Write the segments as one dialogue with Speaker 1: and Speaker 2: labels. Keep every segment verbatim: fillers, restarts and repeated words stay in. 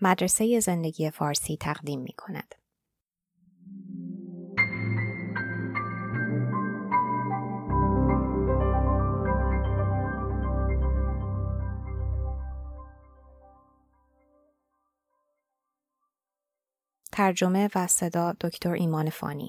Speaker 1: مدرسه زندگی فارسی تقدیم می کند. ترجمه و صدا دکتر ایمان فانی.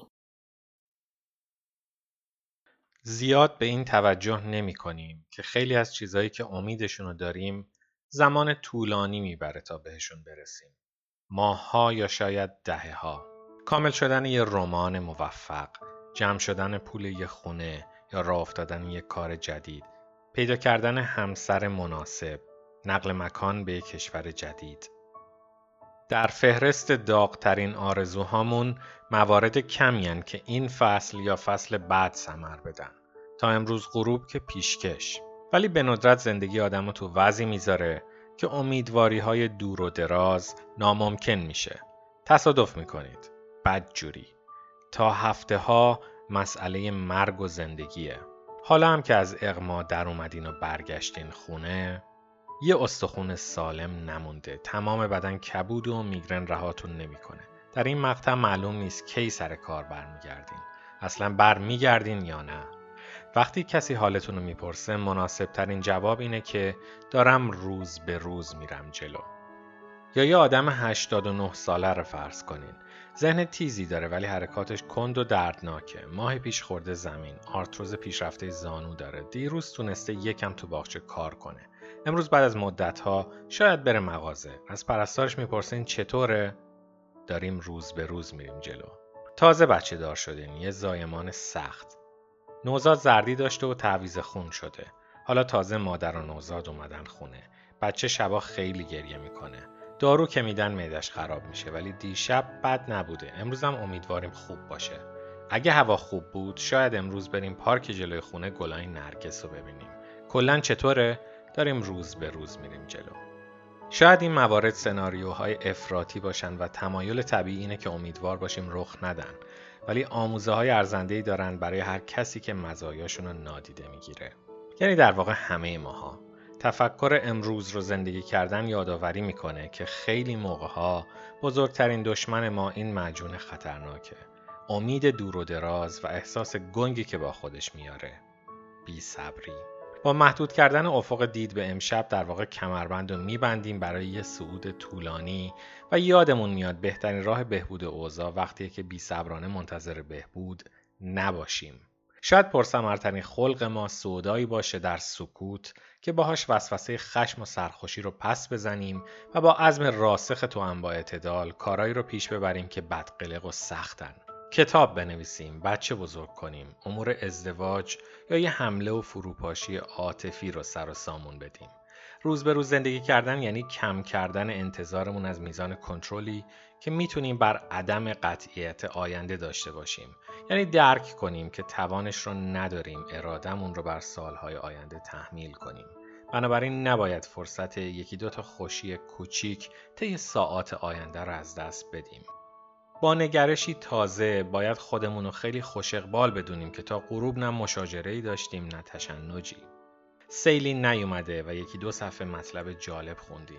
Speaker 2: زیاد به این توجه نمی کنیم که خیلی از چیزایی که امیدشون رو داریم زمان طولانی میبره تا بهشون برسیم. ماه‌ها یا شاید دهه‌ها. کامل شدن یه رمان موفق، جمع شدن پول یه خونه یا راه افتادن یه کار جدید، پیدا کردن همسر مناسب، نقل مکان به یه کشور جدید. در فهرست داغ‌ترین آرزوهامون موارد کمی هن که این فصل یا فصل بعد ثمر بدن. تا امروز غروب که پیشکش. ولی به ندرت زندگی آدمو تو وضعی میذاره که امیدواری‌های دور و دراز ناممکن میشه. تصادف میکنید. بدجوری. تا هفته ها مسئله مرگ و زندگیه. حالا هم که از اغما در اومدین و برگشتین خونه، یه استخون سالم نمونده. تمام بدن کبود و میگرن رهاتون نمیکنه. در این مقطع معلوم نیست کی سر کار برمیگردین. اصلا برمیگردین یا نه. وقتی کسی حالتون رو میپرسه مناسب ترین جواب اینه که دارم روز به روز میرم جلو. یا یه آدم هشتاد و نه ساله رو فرض کنین. ذهن تیزی داره ولی حرکاتش کند و دردناکه. ماه پیش خورده زمین. آرتروز پیشرفته زانو داره. دیروز تونسته یکم تو باغچه کار کنه. امروز بعد از مدت‌ها شاید بره مغازه. از پرستارش میپرسین چطوره؟ داریم روز به روز میریم جلو. تازه بچه دار شدین. یه زایمان سخت. نوزاد زردی داشته و تعویض خون شده. حالا تازه مادر و نوزاد اومدن خونه. بچه شبا خیلی گریه میکنه. دارو که میدن معدش خراب میشه ولی دیشب بد نبوده. امروز هم امیدواریم خوب باشه. اگه هوا خوب بود شاید امروز بریم پارک جلوی خونه گلای نرگس رو ببینیم. کلاً چطوره؟ داریم روز به روز میریم جلو. شاید این موارد سناریوهای افراطی باشن و تمایل طبیعی اینه که امیدوار باشیم رخ ندن. ولی آموزه های ارزنده‌ای دارن برای هر کسی که مزایاشون رو نادیده میگیره. یعنی در واقع همه ماها. تفکر امروز رو زندگی کردن یادآوری میکنه که خیلی موقعها بزرگترین دشمن ما این معجون خطرناکه. امید دور و دراز و احساس گنگی که با خودش میاره. بی صبری. با محدود کردن افق دید به امشب در واقع کمربند رو میبندیم برای یه صعود طولانی و یادمون میاد بهترین راه بهبود اوضاع وقتیه که بی صبرانه منتظر بهبود نباشیم. شاید پرثمرترین خلق ما سودایی باشه در سکوت که باهاش وسوسه خشم و سرخوشی رو پس بزنیم و با عزم راسخ توأم با اعتدال کارایی رو پیش ببریم که بدقلق و سختن. کتاب بنویسیم، بچه بزرگ کنیم، امور ازدواج یا یه حمله و فروپاشی عاطفی رو سر و سامون بدیم. روز به روز زندگی کردن یعنی کم کردن انتظارمون از میزان کنترلی که میتونیم بر عدم قطعیت آینده داشته باشیم. یعنی درک کنیم که توانش رو نداریم ارادمون رو بر سالهای آینده تحمیل کنیم. بنابراین نباید فرصت یکی دو تا خوشی کوچیک طی ساعات آینده رو از دست بدیم. با نگرشی تازه باید خودمون رو خیلی خوش اقبال بدونیم که تا غروب نه مشاجره‌ای داشتیم نه تشنجی. سیلی نیومده و یکی دو صفحه مطلب جالب خوندیم.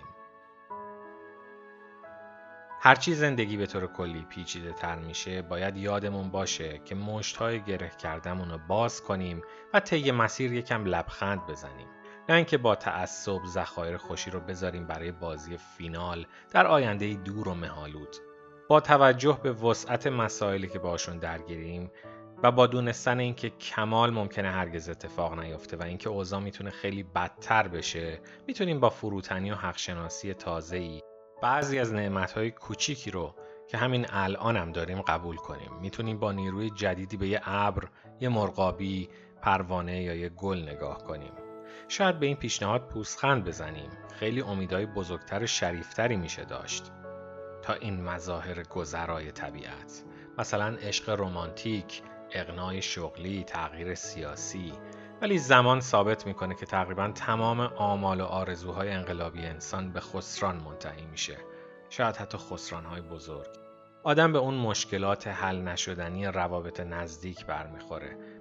Speaker 2: هرچی زندگی به طور کلی پیچیده تر میشه باید یادمون باشه که مشت‌های گره کردمون رو باز کنیم و طی مسیر یکم لبخند بزنیم. نه اینکه با تعصب ذخایر خوشی رو بذاریم برای بازی فینال در آینده دور و مه‌آلود. با توجه به وسعت مسائلی که باشون درگیریم و با دونستن اینکه کمال ممکنه هرگز اتفاق نیفته و اینکه اوضاع میتونه خیلی بدتر بشه، میتونیم با فروتنی و حق‌شناسی تازه‌ای بعضی از نعمت‌های کوچیکی رو که همین الان هم داریم قبول کنیم. میتونیم با نیروی جدیدی به یه ابر، یه مرغابی، پروانه یا یه گل نگاه کنیم. شاید به این پیشنهاد پوزخند بزنیم. خیلی امیدهای بزرگتر و شریفتری میشه داشت تا این مظاهر گذرای طبیعت. مثلا عشق رمانتیک، اغنای شغلی، تغییر سیاسی. ولی زمان ثابت میکنه که تقریبا تمام آمال و آرزوهای انقلابی انسان به خسران منتهی میشه. شاید حتی خسرانهای بزرگ. آدم به اون مشکلات حل نشدنی روابط نزدیک برمیخوره.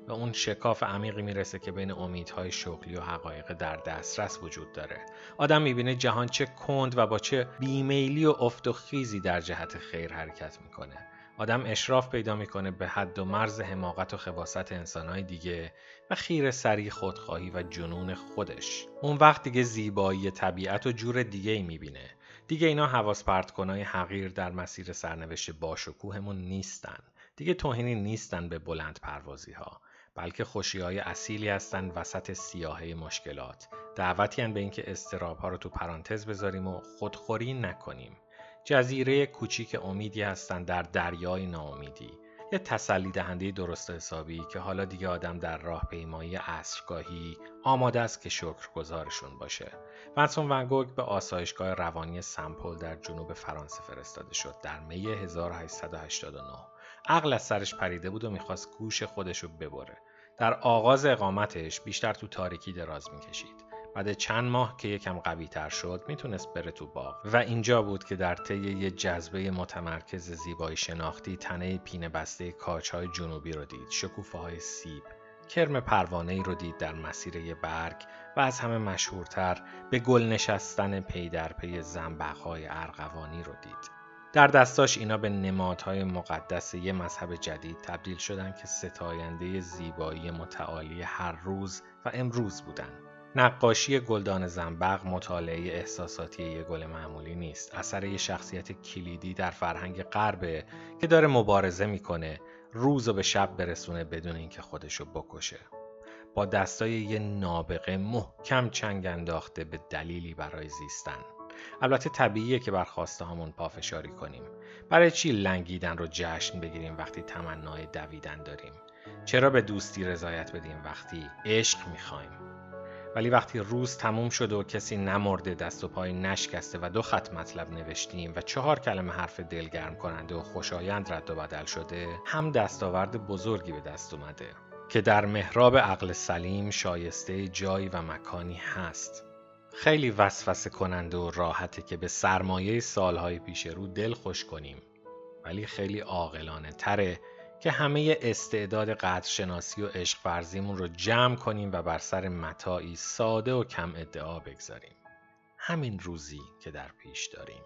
Speaker 2: و اون شکاف عمیقی میرسه که بین امیدهای شغلی و حقایق در دسترس وجود داره. آدم میبینه جهان چه کند و با چه بیمیلی و افت و خیزی در جهت خیر حرکت میکنه. آدم اشراف پیدا میکنه به حد و مرز حماقت و خباثت انسانهای دیگه و خیره سری خودخواهی و جنون خودش. اون وقت دیگه زیبایی طبیعت و جور دیگه‌ای میبینه. دیگه اینا حواس پرت کنای حقیر در مسیر سرنوشت باشکوهمون نیستن. دیگه توهینی نیستن به بلند پروازی ها، بلکه خوشی‌های اصیلی هستن وسط سیاهی مشکلات. دعوتی هستن به اینکه اضطراب ها رو تو پرانتز بذاریم و خودخوری نکنیم. جزیره کوچیک امیدی هستن در دریای ناامیدی. یه تسلی دهنده درست حسابی که حالا دیگه آدم در راهپیمایی عصرگاهی آماده است که شکرگزارشون باشه. ونسون ون گوگ به آسایشگاه روانی سمپل در جنوب فرانسه فرستاده شد در می هزار و هشتصد و هشتاد و نه. عقل از سرش پریده بود و میخواست گوش خودشو ببره. در آغاز اقامتش بیشتر تو تاریکی دراز میکشید. بعد چند ماه که یکم قوی تر شد میتونست بره تو باغ و اینجا بود که در طی یه جذبه متمرکز زیبایی شناختی تنه پینه بسته کاج‌های جنوبی رو دید، شکوفه های سیب، کرم پروانه‌ای رو دید در مسیر یه برگ و از همه مشهورتر به گل نشستن پی در پی زنبق‌های ارغوانی رو دید. در دستاش اینا به نمادهای مقدس یه مذهب جدید تبدیل شدن که ستاینده زیبایی متعالی هر روز و امروز بودن. نقاشی گلدان زنبق مطالعه احساساتی یه گل معمولی نیست. اثر یه شخصیت کلیدی در فرهنگ غربه که داره مبارزه میکنه روزو به شب برسونه بدون اینکه خودشو بکشه. با دستای یه نابغه محکم چنگ انداخته به دلیلی برای زیستن. البته طبیعیه که بر خواسته هامون پافشاری کنیم. برای چی لنگیدن رو جشن بگیریم وقتی تمنای دویدن داریم؟ چرا به دوستی رضایت بدیم وقتی عشق میخوایم؟ ولی وقتی روز تموم شده و کسی نمرده، دست و پای نشکسته و دو خط مطلب نوشتیم و چهار کلمه حرف دلگرم کننده و خوشایند رد و بدل شده، هم دستاورد بزرگی به دست اومده که در محراب عقل سلیم شایسته جایی و مکانی هست. خیلی وسوسه کننده و راحته که به سرمایه سالهای پیش رو دل خوش کنیم، ولی خیلی عاقلانه تره که همه استعداد قدرشناسی و عشق ورزیمون رو جمع کنیم و بر سر متاعی ساده و کم ادعا بگذاریم. همین روزی که در پیش داریم.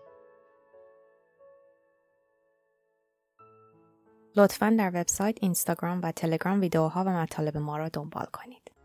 Speaker 1: لطفاً در وبسایت، اینستاگرام و تلگرام ویدیوها و مطالب ما را دنبال کنید.